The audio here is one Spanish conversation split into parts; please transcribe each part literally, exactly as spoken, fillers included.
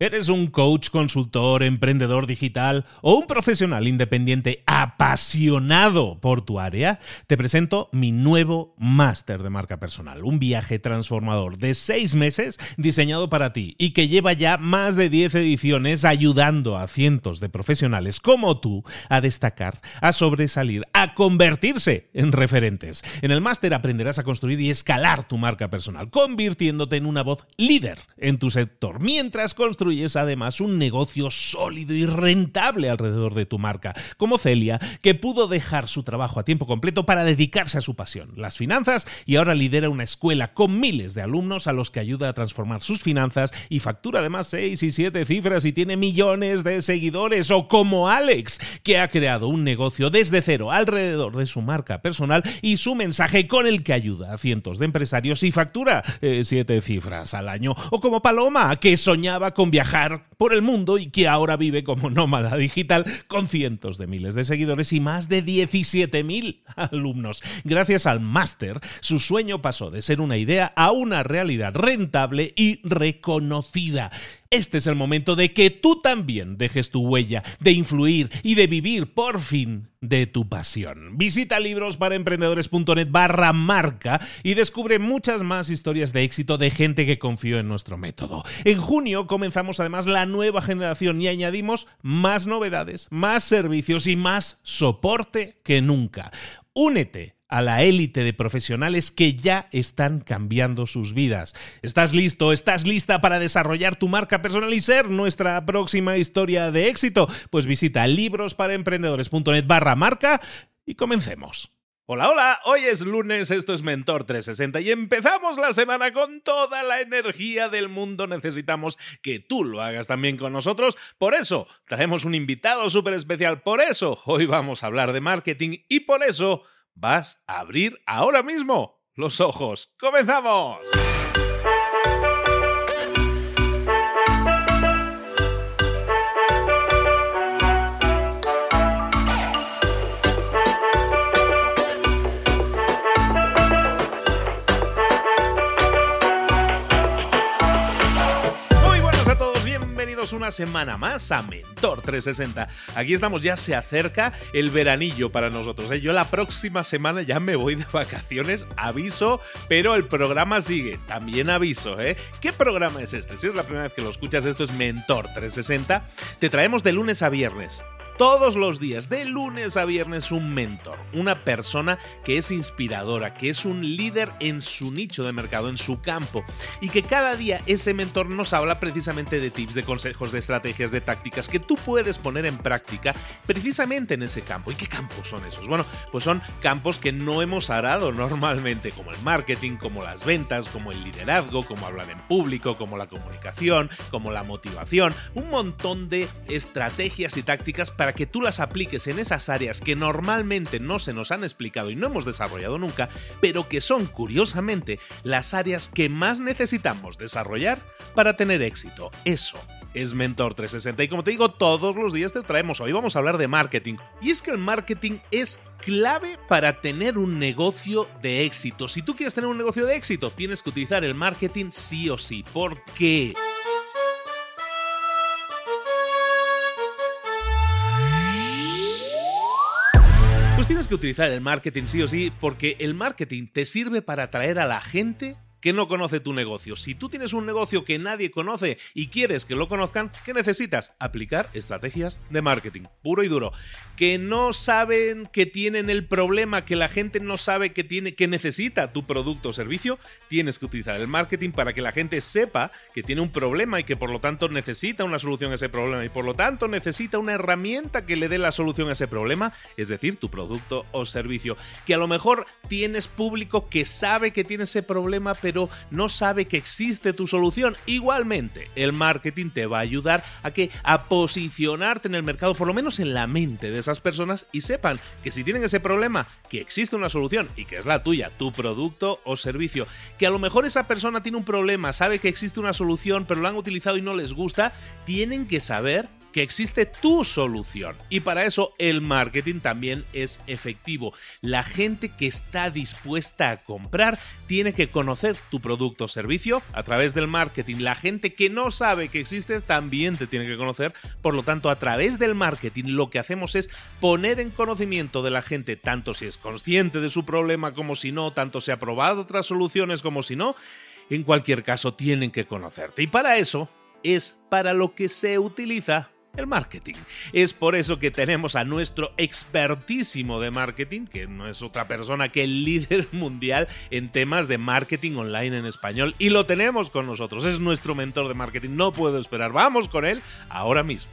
¿Eres un coach, consultor, emprendedor digital o un profesional independiente apasionado por tu área? Te presento mi nuevo máster de marca personal, un viaje transformador de seis meses diseñado para ti y que lleva ya más de diez ediciones ayudando a cientos de profesionales como tú a destacar, a sobresalir, a convertirse en referentes. En el máster aprenderás a construir y escalar tu marca personal, convirtiéndote en una voz líder en tu sector, mientras construyes es además un negocio sólido y rentable alrededor de tu marca, como Celia, que pudo dejar su trabajo a tiempo completo para dedicarse a su pasión, las finanzas, y ahora lidera una escuela con miles de alumnos a los que ayuda a transformar sus finanzas y factura además seis y siete cifras y tiene millones de seguidores. O como Alex, que ha creado un negocio desde cero alrededor de su marca personal y su mensaje, con el que ayuda a cientos de empresarios y factura eh, siete cifras al año. O como Paloma, que soñaba con viajar por el mundo y que ahora vive como nómada digital con cientos de miles de seguidores y más de diecisiete mil alumnos. Gracias al máster, su sueño pasó de ser una idea a una realidad rentable y reconocida. Este es el momento de que tú también dejes tu huella, de influir y de vivir por fin de tu pasión. Visita librosparaemprendedores.net barra marca y descubre muchas más historias de éxito de gente que confió en nuestro método. En junio comenzamos además la nueva generación y añadimos más novedades, más servicios y más soporte que nunca. Únete a la élite de profesionales que ya están cambiando sus vidas. ¿Estás listo? ¿Estás lista para desarrollar tu marca personal y ser nuestra próxima historia de éxito? Pues visita librosparaemprendedores.net barra marca y comencemos. Hola, hola, hoy es lunes, esto es Mentor trescientos sesenta y empezamos la semana con toda la energía del mundo. Necesitamos que tú lo hagas también con nosotros, por eso traemos un invitado súper especial, por eso hoy vamos a hablar de marketing y por eso vas a abrir ahora mismo los ojos. ¡Comenzamos! Una semana más a Mentor trescientos sesenta. Aquí estamos, ya se acerca el veranillo para nosotros, ¿eh? Yo la próxima semana ya me voy de vacaciones, aviso, pero el programa sigue, también aviso, ¿eh? ¿Qué programa es este? Si es la primera vez que lo escuchas, esto es Mentor trescientos sesenta. Te traemos de lunes a viernes, todos los días, de lunes a viernes, un mentor, una persona que es inspiradora, que es un líder en su nicho de mercado, en su campo, y que cada día ese mentor nos habla precisamente de tips, de consejos, de estrategias, de tácticas que tú puedes poner en práctica precisamente en ese campo. ¿Y qué campos son esos? Bueno, pues son campos que no hemos arado normalmente, como el marketing, como las ventas, como el liderazgo, como hablar en público, como la comunicación, como la motivación, un montón de estrategias y tácticas para para que tú las apliques en esas áreas que normalmente no se nos han explicado y no hemos desarrollado nunca, pero que son, curiosamente, las áreas que más necesitamos desarrollar para tener éxito. Eso es Mentor trescientos sesenta y, como te digo, todos los días te traemos. Hoy vamos a hablar de marketing. Y es que el marketing es clave para tener un negocio de éxito. Si tú quieres tener un negocio de éxito, tienes que utilizar el marketing sí o sí. ¿Por qué? Pues tienes que utilizar el marketing sí o sí, porque el marketing te sirve para atraer a la gente que no conoce tu negocio. Si tú tienes un negocio que nadie conoce y quieres que lo conozcan, ¿qué necesitas? Aplicar estrategias de marketing, puro y duro. Que no saben que tienen el problema, que la gente no sabe que tiene, que necesita tu producto o servicio, tienes que utilizar el marketing para que la gente sepa que tiene un problema y que por lo tanto necesita una solución a ese problema y por lo tanto necesita una herramienta que le dé la solución a ese problema, es decir, tu producto o servicio. Que a lo mejor tienes público que sabe que tiene ese problema, pero pero no sabe que existe tu solución. Igualmente, el marketing te va a ayudar a que a posicionarte en el mercado, por lo menos en la mente de esas personas, y sepan que si tienen ese problema, que existe una solución y que es la tuya, tu producto o servicio. Que a lo mejor esa persona tiene un problema, sabe que existe una solución, pero lo han utilizado y no les gusta. Tienen que saber que existe tu solución. Y para eso el marketing también es efectivo. La gente que está dispuesta a comprar tiene que conocer tu producto o servicio a través del marketing. La gente que no sabe que existes también te tiene que conocer. Por lo tanto, a través del marketing lo que hacemos es poner en conocimiento de la gente, tanto si es consciente de su problema como si no, tanto si ha probado otras soluciones como si no. En cualquier caso, tienen que conocerte. Y para eso es para lo que se utiliza el marketing. Es por eso que tenemos a nuestro expertísimo de marketing, que no es otra persona que el líder mundial en temas de marketing online en español, y lo tenemos con nosotros. Es nuestro mentor de marketing. No puedo esperar. Vamos con él ahora mismo.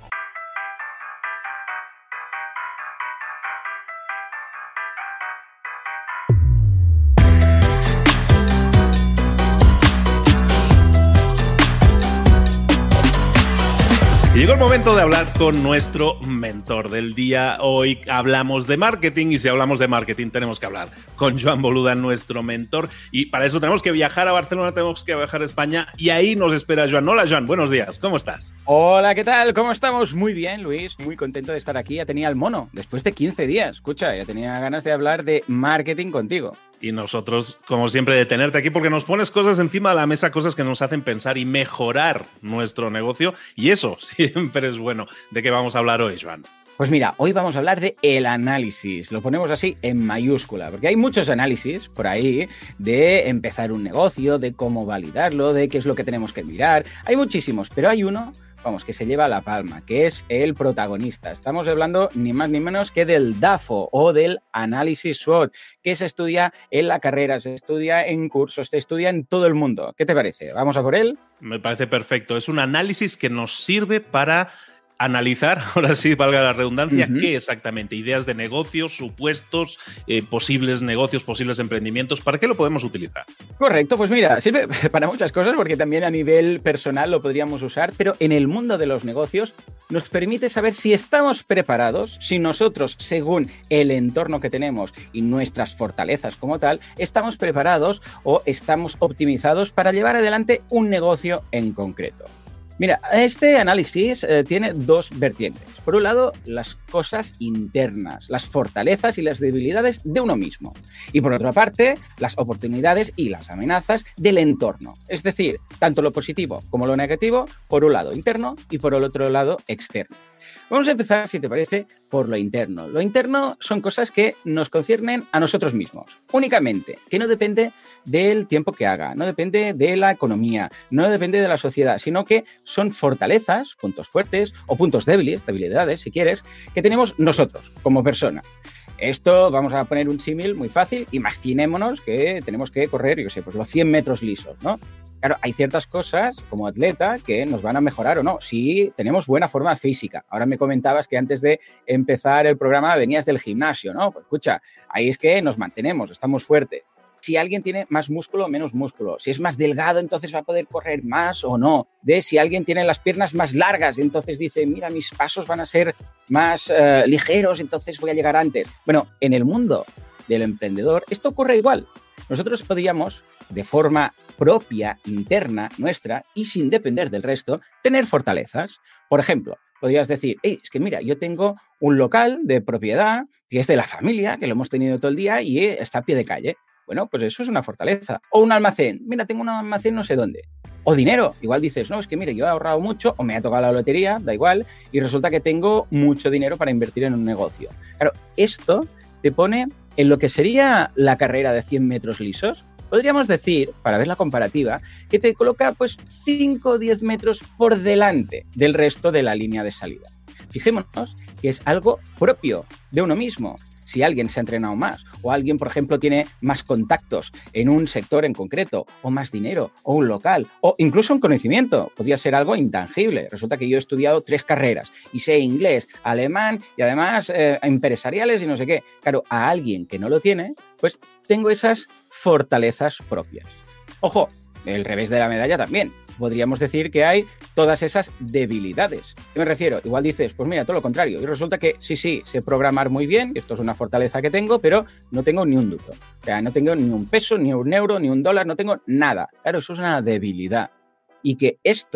Llegó el momento de hablar con nuestro mentor del día. Hoy hablamos de marketing y si hablamos de marketing tenemos que hablar con Joan Boluda, nuestro mentor. Y para eso tenemos que viajar a Barcelona, tenemos que viajar a España y ahí nos espera Joan. Hola Joan, buenos días, ¿cómo estás? Hola, ¿qué tal? ¿Cómo estamos? Muy bien, Luis, muy contento de estar aquí. Ya tenía el mono, después de quince días. Escucha, ya tenía ganas de hablar de marketing contigo. Y nosotros, como siempre, de tenerte aquí porque nos pones cosas encima de la mesa, cosas que nos hacen pensar y mejorar nuestro negocio. Y eso siempre es bueno. ¿De qué vamos a hablar hoy, Joan? Pues mira, hoy vamos a hablar de el análisis. Lo ponemos así en mayúscula, porque hay muchos análisis por ahí de empezar un negocio, de cómo validarlo, de qué es lo que tenemos que mirar. Hay muchísimos, pero hay uno, vamos, que se lleva la palma, que es el protagonista. Estamos hablando ni más ni menos que del D A F O o del análisis SWOT, que se estudia en la carrera, se estudia en cursos, se estudia en todo el mundo. ¿Qué te parece? ¿Vamos a por él? Me parece perfecto. Es un análisis que nos sirve para analizar, ahora sí, valga la redundancia, uh-huh. qué exactamente, ideas de negocios, supuestos, eh, posibles negocios, posibles emprendimientos, ¿para qué lo podemos utilizar? Correcto, pues mira, sirve para muchas cosas porque también a nivel personal lo podríamos usar, pero en el mundo de los negocios nos permite saber si estamos preparados, si nosotros, según el entorno que tenemos y nuestras fortalezas como tal, estamos preparados o estamos optimizados para llevar adelante un negocio en concreto. Mira, este análisis eh, tiene dos vertientes. Por un lado, las cosas internas, las fortalezas y las debilidades de uno mismo. Y por otra parte, las oportunidades y las amenazas del entorno. Es decir, tanto lo positivo como lo negativo, por un lado interno y por el otro lado externo. Vamos a empezar, si te parece, por lo interno. Lo interno son cosas que nos conciernen a nosotros mismos, únicamente, que no depende del tiempo que haga, no depende de la economía, no depende de la sociedad, sino que son fortalezas, puntos fuertes o puntos débiles, debilidades, si quieres, que tenemos nosotros como persona. Esto, vamos a poner un símil muy fácil, imaginémonos que tenemos que correr, yo sé, pues los cien metros lisos, ¿no? Claro, hay ciertas cosas como atleta que nos van a mejorar o no, si tenemos buena forma física. Ahora me comentabas que antes de empezar el programa venías del gimnasio, ¿no? Pues escucha, ahí es que nos mantenemos, estamos fuertes. Si alguien tiene más músculo o menos músculo, si es más delgado, entonces va a poder correr más o no. De si alguien tiene las piernas más largas, entonces dice, mira, mis pasos van a ser más uh, ligeros, entonces voy a llegar antes. Bueno, en el mundo del emprendedor esto ocurre igual. Nosotros podríamos, de forma propia, interna, nuestra, y sin depender del resto, tener fortalezas. Por ejemplo, podrías decir, hey, es que mira, yo tengo un local de propiedad que es de la familia, que lo hemos tenido todo el día y está a pie de calle. Bueno, pues eso es una fortaleza. O un almacén. Mira, tengo un almacén no sé dónde. O dinero. Igual dices, no, es que mire, yo he ahorrado mucho o me ha tocado la lotería, da igual, y resulta que tengo mucho dinero para invertir en un negocio. Claro, esto te pone en lo que sería la carrera de cien metros lisos. Podríamos decir, para ver la comparativa, que te coloca pues cinco o diez metros por delante del resto de la línea de salida. Fijémonos que es algo propio de uno mismo. Si alguien se ha entrenado más o alguien, por ejemplo, tiene más contactos en un sector en concreto o más dinero o un local o incluso un conocimiento, podría ser algo intangible. Resulta que yo he estudiado tres carreras y sé inglés, alemán y además eh, empresariales y no sé qué. Claro, a alguien que no lo tiene, pues tengo esas fortalezas propias. Ojo, el revés de la medalla también. Podríamos decir que hay todas esas debilidades. ¿A qué me refiero? Igual dices, pues mira, todo lo contrario. Y resulta que sí, sí, sé programar muy bien, esto es una fortaleza que tengo, pero no tengo ni un duro. O sea, no tengo ni un peso, ni un euro, ni un dólar, no tengo nada. Claro, eso es una debilidad. Y que esto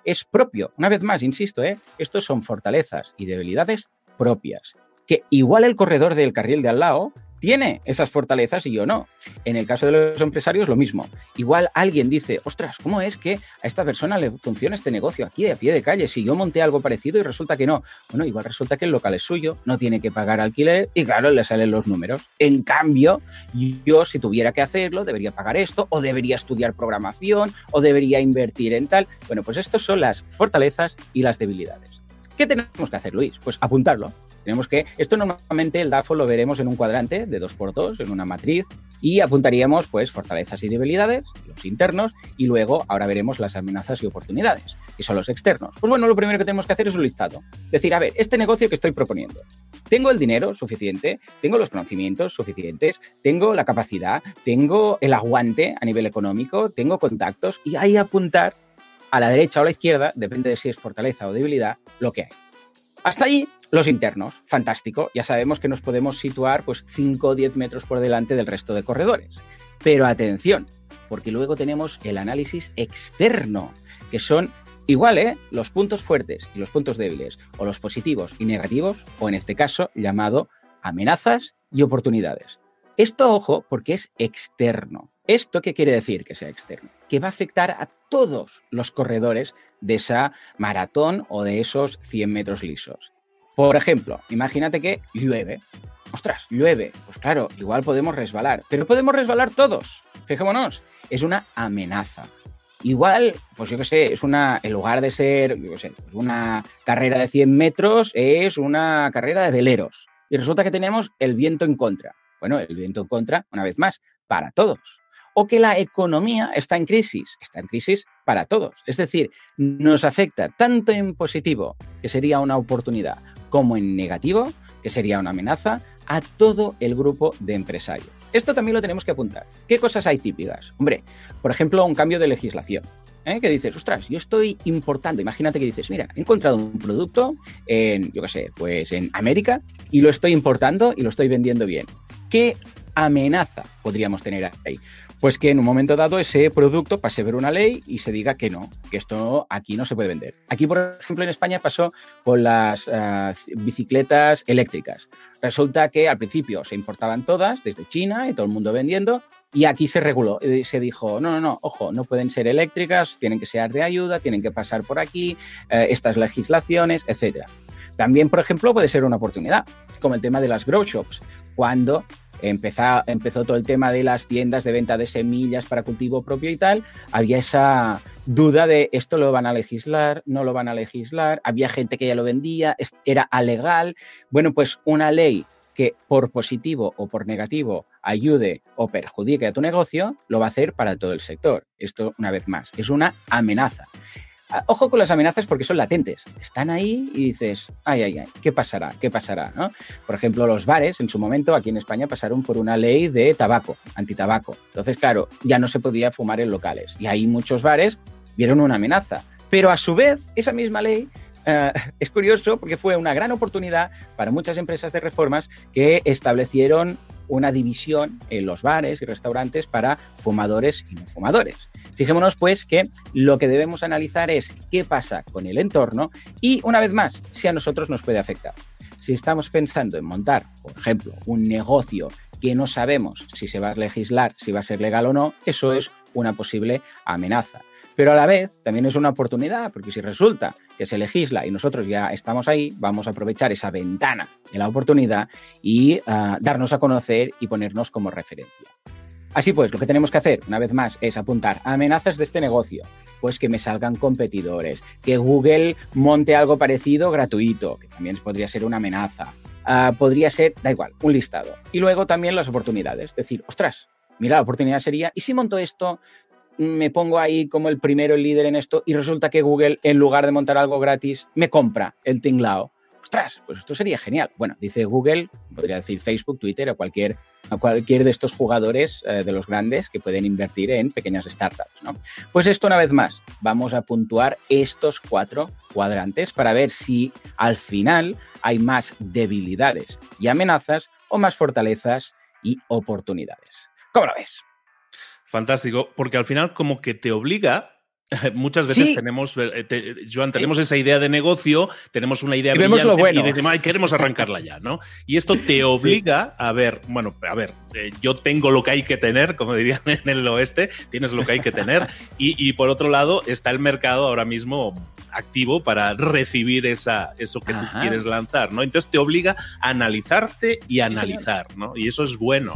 es propio. Una vez más, insisto, ¿eh? Estos son fortalezas y debilidades propias. Que igual el corredor del carril de al lado tiene esas fortalezas y yo no. En el caso de los empresarios, lo mismo. Igual alguien dice, ostras, ¿cómo es que a esta persona le funciona este negocio aquí a pie de calle? Si yo monté algo parecido y resulta que no. Bueno, igual resulta que el local es suyo, no tiene que pagar alquiler y claro, le salen los números. En cambio, yo si tuviera que hacerlo, debería pagar esto, o debería estudiar programación, o debería invertir en tal. Bueno, pues estos son las fortalezas y las debilidades. ¿Qué tenemos que hacer, Luis? Pues apuntarlo. Tenemos que, esto normalmente el D A F O lo veremos en un cuadrante de dos por dos, en una matriz, y apuntaríamos pues fortalezas y debilidades, los internos, y luego ahora veremos las amenazas y oportunidades, que son los externos. Pues bueno, lo primero que tenemos que hacer es un listado. Decir, a ver, este negocio que estoy proponiendo, ¿tengo el dinero suficiente? ¿Tengo los conocimientos suficientes? ¿Tengo la capacidad? ¿Tengo el aguante a nivel económico? ¿Tengo contactos? Y ahí apuntar a la derecha o a la izquierda, depende de si es fortaleza o debilidad, lo que hay. Hasta ahí, los internos. Fantástico. Ya sabemos que nos podemos situar pues cinco o diez metros por delante del resto de corredores. Pero atención, porque luego tenemos el análisis externo, que son igual, ¿eh? Los puntos fuertes y los puntos débiles, o los positivos y negativos, o en este caso, llamado amenazas y oportunidades. Esto, ojo, porque es externo. ¿Esto qué quiere decir que sea externo? Que va a afectar a todos los corredores de esa maratón o de esos cien metros lisos. Por ejemplo, imagínate que llueve. ¡Ostras, llueve! Pues claro, igual podemos resbalar, pero podemos resbalar todos. Fijémonos, es una amenaza. Igual, pues yo qué sé, es una, en lugar de ser, yo qué sé, pues una carrera de cien metros, es una carrera de veleros. Y resulta que tenemos el viento en contra. Bueno, el viento en contra, una vez más, para todos. O que la economía está en crisis, está en crisis para todos. Es decir, nos afecta tanto en positivo, que sería una oportunidad, como en negativo, que sería una amenaza, a todo el grupo de empresarios. Esto también lo tenemos que apuntar. ¿Qué cosas hay típicas? Hombre, por ejemplo, un cambio de legislación. ¿Eh? Que dices, ostras, yo estoy importando. Imagínate que dices, mira, he encontrado un producto en, yo qué sé, pues en América y lo estoy importando y lo estoy vendiendo bien. ¿Qué amenaza podríamos tener ahí? Pues que en un momento dado ese producto pase por una ley y se diga que no, que esto aquí no se puede vender. Aquí, por ejemplo, en España pasó con las uh, bicicletas eléctricas. Resulta que al principio se importaban todas desde China y todo el mundo vendiendo, y aquí se reguló, se dijo, no, no, no, ojo, no pueden ser eléctricas, tienen que ser de ayuda, tienen que pasar por aquí, eh, estas legislaciones, etcétera. También, por ejemplo, puede ser una oportunidad, como el tema de las grow shops, cuando Empezó, empezó todo el tema de las tiendas de venta de semillas para cultivo propio y tal, había esa duda de esto lo van a legislar, no lo van a legislar, había gente que ya lo vendía, era alegal. Bueno, pues una ley que por positivo o por negativo ayude o perjudique a tu negocio, lo va a hacer para todo el sector. Esto, una vez más, es una amenaza. Ojo con las amenazas porque son latentes. Están ahí y dices, ay, ay, ay, ¿qué pasará? ¿Qué pasará? ¿No? Por ejemplo, los bares, en su momento, aquí en España, pasaron por una ley de tabaco, antitabaco. Entonces, claro, ya no se podía fumar en locales. Y ahí muchos bares vieron una amenaza. Pero a su vez, esa misma ley Uh, es curioso porque fue una gran oportunidad para muchas empresas de reformas que establecieron una división en los bares y restaurantes para fumadores y no fumadores. Fijémonos pues que lo que debemos analizar es qué pasa con el entorno y, una vez más, si a nosotros nos puede afectar. Si estamos pensando en montar, por ejemplo, un negocio que no sabemos si se va a legislar, si va a ser legal o no, eso es una posible amenaza. Pero a la vez también es una oportunidad, porque si resulta que se legisla y nosotros ya estamos ahí, vamos a aprovechar esa ventana de la oportunidad y uh, darnos a conocer y ponernos como referencia. Así pues, lo que tenemos que hacer, una vez más, es apuntar a amenazas de este negocio. Pues que me salgan competidores, que Google monte algo parecido gratuito, que también podría ser una amenaza. Uh, podría ser, da igual, un listado. Y luego también las oportunidades. Decir, ostras, mira, la oportunidad sería, ¿y si monto esto? Me pongo ahí como el primero, el líder en esto, y resulta que Google, en lugar de montar algo gratis, me compra el tinglao. ¡Ostras! Pues esto sería genial. Bueno, dice Google, podría decir Facebook, Twitter o cualquier, o cualquier de estos jugadores eh, de los grandes que pueden invertir en pequeñas startups, ¿no? Pues esto, una vez más, vamos a puntuar estos cuatro cuadrantes para ver si al final hay más debilidades y amenazas o más fortalezas y oportunidades. ¿Cómo lo ves? Fantástico, porque al final como que te obliga Muchas veces sí. tenemos, te, Joan, tenemos sí. esa idea de negocio, tenemos una idea y vemos lo bueno. y decimos, ay, queremos arrancarla ya, ¿no? Y esto te obliga sí. a ver, bueno, a ver, eh, yo tengo lo que hay que tener, como dirían en el oeste, tienes lo que hay que tener, y, y por otro lado está el mercado ahora mismo activo para recibir esa, eso que Ajá. tú quieres lanzar, ¿no? Entonces te obliga a analizarte y a sí, analizar, señor. ¿no? Y eso es bueno.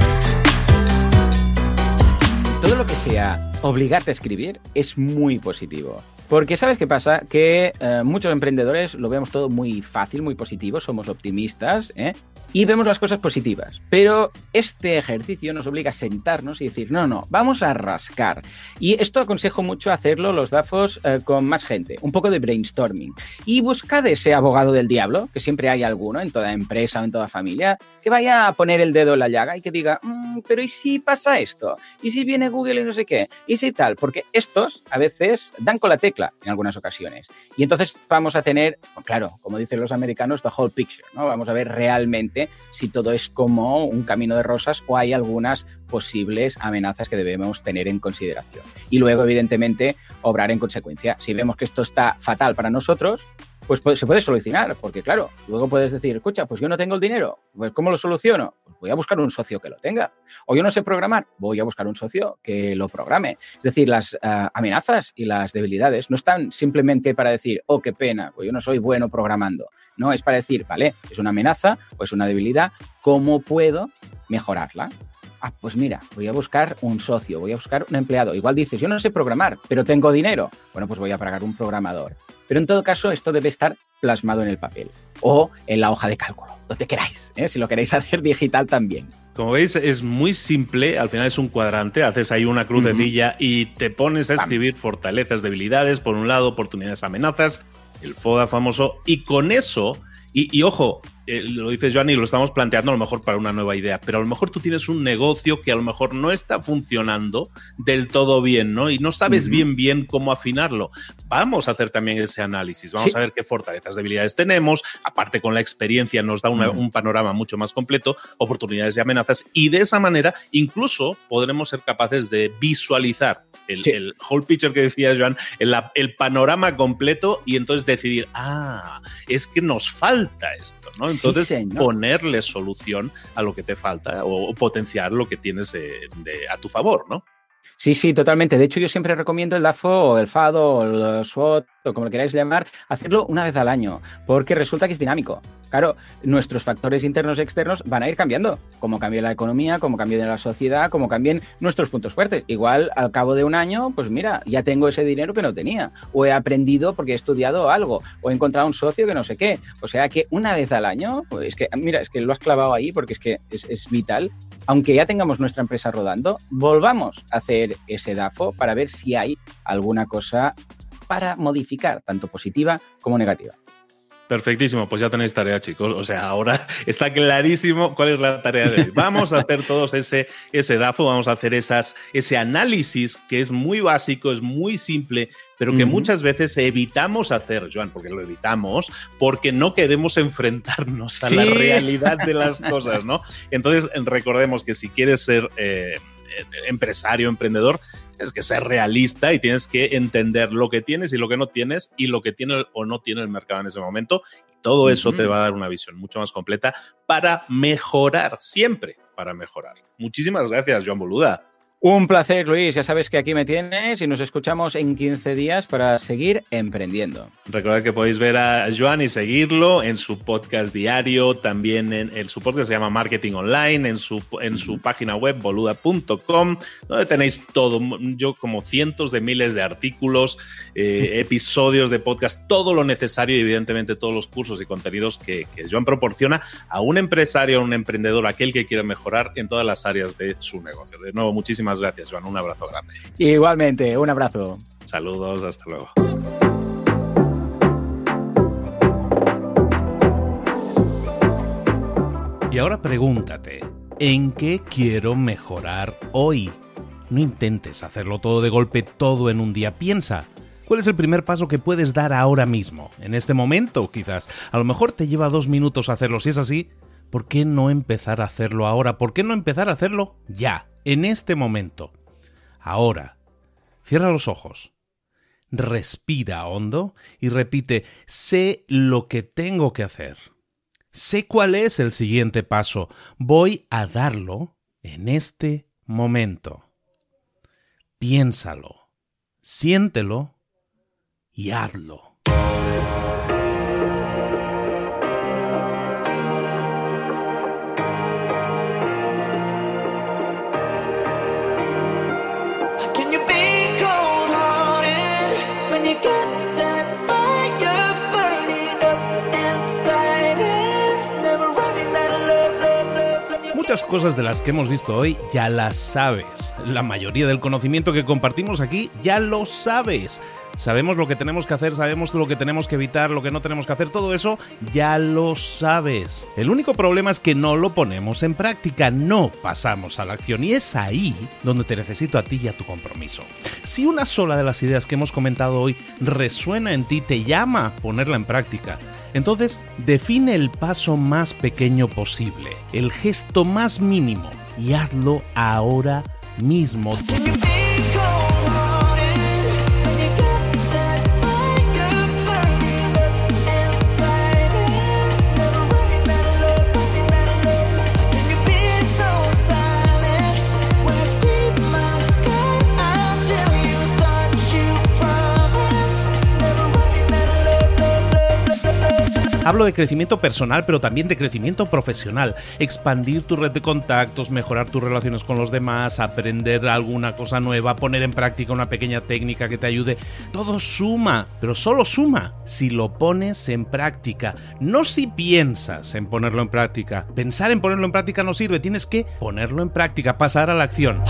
Todo lo que sea obligarte a escribir es muy positivo. Porque ¿sabes qué pasa? Que eh, muchos emprendedores lo vemos todo muy fácil, muy positivo, somos optimistas, ¿eh? Y vemos las cosas positivas. Pero este ejercicio nos obliga a sentarnos y decir, no, no, vamos a rascar. Y esto aconsejo mucho hacerlo los DAFOs eh, con más gente, un poco de brainstorming. Y buscad ese abogado del diablo, que siempre hay alguno en toda empresa o en toda familia, que vaya a poner el dedo en la llaga y que diga, mmm, pero ¿y si pasa esto? ¿Y si viene Google y no sé qué? ¿Y si tal? Porque estos a veces dan con la tecla en algunas ocasiones. Y entonces vamos a tener, claro, como dicen los americanos, the whole picture, ¿no? Vamos a ver realmente si todo es como un camino de rosas o hay algunas posibles amenazas que debemos tener en consideración. Y luego, evidentemente, obrar en consecuencia. Si vemos que esto está fatal para nosotros, pues se puede solucionar, porque claro, luego puedes decir, escucha, pues yo no tengo el dinero, pues ¿cómo lo soluciono? Pues voy a buscar un socio que lo tenga. O yo no sé programar, voy a buscar un socio que lo programe. Es decir, las uh, amenazas y las debilidades no están simplemente para decir, oh, qué pena, pues yo no soy bueno programando. No, es para decir, vale, es una amenaza o es una debilidad, ¿cómo puedo mejorarla? Ah, pues mira, voy a buscar un socio, voy a buscar un empleado. Igual dices, yo no sé programar, pero tengo dinero. Bueno, pues voy a pagar un programador. Pero en todo caso, esto debe estar plasmado en el papel o en la hoja de cálculo, donde queráis, ¿eh? Si lo queréis hacer digital también. Como veis, es muy simple, al final es un cuadrante, haces ahí una crucecilla uh-huh. y te pones a escribir Bam. fortalezas, debilidades, por un lado, oportunidades, amenazas, el FODA famoso, y con eso, y, y ojo, eh, lo dices Joan y lo estamos planteando a lo mejor para una nueva idea, pero a lo mejor tú tienes un negocio que a lo mejor no está funcionando del todo bien, ¿no? Y no sabes uh-huh. bien bien cómo afinarlo. Vamos a hacer también ese análisis, vamos sí. a ver qué fortalezas, debilidades tenemos, aparte con la experiencia nos da una, uh-huh. un panorama mucho más completo, oportunidades y amenazas, y de esa manera incluso podremos ser capaces de visualizar el, sí. el whole picture que decía Joan, el, el panorama completo y entonces decidir, ah, es que nos falta esto, ¿no? Entonces sí, ponerle solución a lo que te falta o, o potenciar lo que tienes de, de, a tu favor, ¿no? Sí, sí, totalmente. De hecho, yo siempre recomiendo el DAFO o el FADO o el SWOT o como lo queráis llamar, hacerlo una vez al año, porque resulta que es dinámico. Claro, nuestros factores internos y externos van a ir cambiando, como cambie la economía, como cambie la sociedad, como cambien nuestros puntos fuertes. Igual, al cabo de un año, pues mira, ya tengo ese dinero que no tenía, o he aprendido porque he estudiado algo, o he encontrado un socio que no sé qué. O sea que una vez al año, pues es que, mira, es que lo has clavado ahí porque es que es, es vital. Aunque ya tengamos nuestra empresa rodando, volvamos a hacer ese DAFO para ver si hay alguna cosa para modificar, tanto positiva como negativa. Perfectísimo, pues ya tenéis tarea, chicos. O sea, ahora está clarísimo cuál es la tarea de hoy. Vamos a hacer todos ese, ese DAFO, vamos a hacer esas, ese análisis que es muy básico, es muy simple, pero que uh-huh. muchas veces evitamos hacer, Joan, porque lo evitamos, porque no queremos enfrentarnos a sí. la realidad de las cosas, ¿no? Entonces, recordemos que si quieres ser eh, empresario, emprendedor, tienes que ser realista y tienes que entender lo que tienes y lo que no tienes y lo que tiene o no tiene el mercado en ese momento. Y todo eso uh-huh. te va a dar una visión mucho más completa para mejorar, siempre para mejorar. Muchísimas gracias, Joan Boluda. Un placer, Luis. Ya sabes que aquí me tienes y nos escuchamos en quince días para seguir emprendiendo. Recordad que podéis ver a Joan y seguirlo en su podcast diario, también en, en su podcast que se llama Marketing Online, en su, en su página web boluda punto com, donde tenéis todo, yo como cientos de miles de artículos, eh, episodios de podcast, todo lo necesario y evidentemente todos los cursos y contenidos que, que Joan proporciona a un empresario, a un emprendedor, a aquel que quiera mejorar en todas las áreas de su negocio. De nuevo, muchísimas gracias, Joan. Un abrazo grande. Igualmente, un abrazo. Saludos, hasta luego. Y ahora pregúntate, ¿en qué quiero mejorar hoy? No intentes hacerlo todo de golpe, todo en un día. Piensa, ¿cuál es el primer paso que puedes dar ahora mismo? En este momento, quizás. A lo mejor te lleva dos minutos hacerlo. Si es así, ¿por qué no empezar a hacerlo ahora? ¿Por qué no empezar a hacerlo ya? En este momento. Ahora. Cierra los ojos. respira hondo y repite: sé lo que tengo que hacer. Sé cuál es el siguiente paso. Voy a darlo en este momento. Piénsalo, siéntelo y hazlo. Muchas cosas de las que hemos visto hoy ya las sabes. La mayoría del conocimiento que compartimos aquí ya lo sabes. Sabemos lo que tenemos que hacer, sabemos lo que tenemos que evitar, lo que no tenemos que hacer, todo eso ya lo sabes. El único problema es que no lo ponemos en práctica, no pasamos a la acción, y es ahí donde te necesito a ti y a tu compromiso. Si una sola de las ideas que hemos comentado hoy resuena en ti, te llama a ponerla en práctica, entonces define el paso más pequeño posible, el gesto más mínimo, y hazlo ahora mismo. Hablo de crecimiento personal, pero también de crecimiento profesional. Expandir tu red de contactos, mejorar tus relaciones con los demás, aprender alguna cosa nueva, poner en práctica una pequeña técnica que te ayude. Todo suma, pero solo suma si lo pones en práctica. No si piensas en ponerlo en práctica. Pensar en ponerlo en práctica no sirve. Tienes que ponerlo en práctica, pasar a la acción.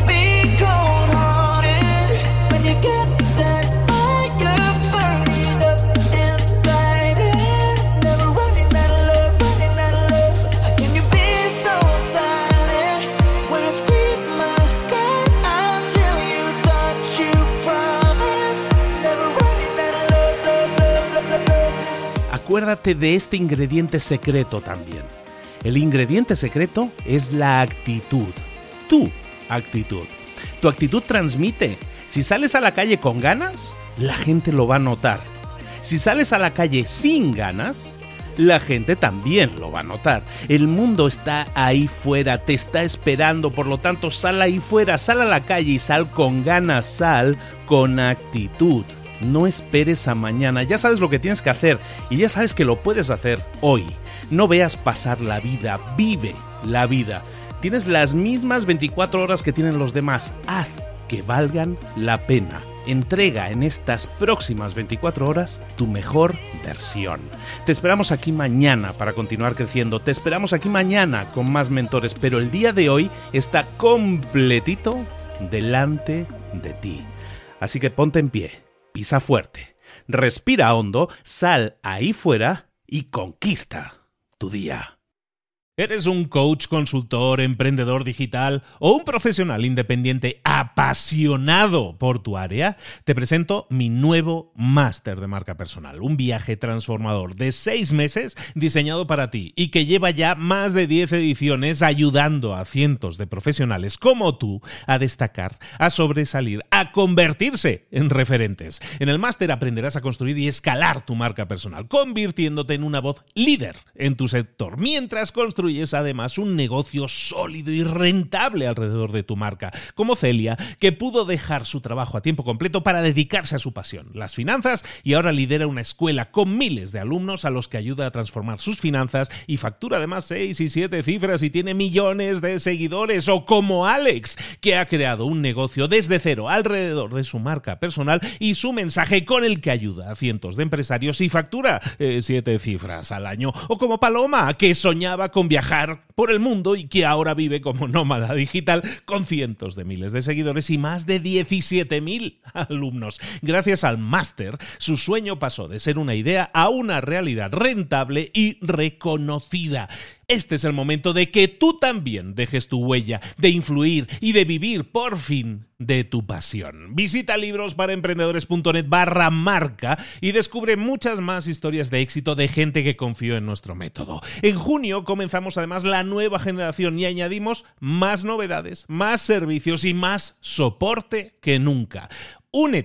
Acuérdate de este ingrediente secreto también. El ingrediente secreto es la actitud. Tu actitud. Tu actitud transmite. Si sales a la calle con ganas, la gente lo va a notar. Si sales a la calle sin ganas, la gente también lo va a notar. El mundo está ahí fuera, te está esperando, por lo tanto sal ahí fuera, sal a la calle y sal con ganas, sal con actitud. No esperes a mañana, ya sabes lo que tienes que hacer y ya sabes que lo puedes hacer hoy. No veas pasar la vida, vive la vida. Tienes las mismas veinticuatro horas que tienen los demás, haz que valgan la pena. Entrega en estas próximas veinticuatro horas tu mejor versión. Te esperamos aquí mañana para continuar creciendo, te esperamos aquí mañana con más mentores, pero el día de hoy está completito delante de ti. Así que ponte en pie. Pisa fuerte, respira hondo, sal ahí fuera y conquista tu día. ¿Eres un coach, consultor, emprendedor digital o un profesional independiente apasionado por tu área? Te presento mi nuevo máster de marca personal, un viaje transformador de seis meses diseñado para ti y que lleva ya más de diez ediciones ayudando a cientos de profesionales como tú a destacar, a sobresalir, a convertirse en referentes. En el máster aprenderás a construir y escalar tu marca personal, convirtiéndote en una voz líder en tu sector, mientras construyes además un negocio sólido y rentable alrededor de tu marca, como Celia, que pudo dejar su trabajo a tiempo completo para dedicarse a su pasión, las finanzas, y ahora lidera una escuela con miles de alumnos a los que ayuda a transformar sus finanzas y factura además seis y siete cifras y tiene millones de seguidores. O como Alex, que ha creado un negocio desde cero alrededor de su marca personal y su mensaje, con el que ayuda a cientos de empresarios y factura eh, siete cifras al año. O como Paloma, que soñaba con viajar por el mundo y que ahora vive como nómada digital con cientos de miles de seguidores y más de diecisiete mil alumnos. Gracias al máster, su sueño pasó de ser una idea a una realidad rentable y reconocida. Este es el momento de que tú también dejes tu huella, de influir y de vivir por fin de tu pasión. Visita librosparaemprendedores.net barra marca y descubre muchas más historias de éxito de gente que confió en nuestro método. En junio comenzamos además la nueva generación y añadimos más novedades, más servicios y más soporte que nunca. Únete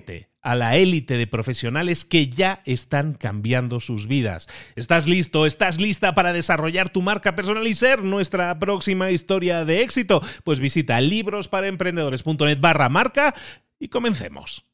a la élite de profesionales que ya están cambiando sus vidas. ¿Estás listo? ¿Estás lista para desarrollar tu marca personal y ser nuestra próxima historia de éxito? Pues visita librosparaemprendedores punto net barra marca y comencemos.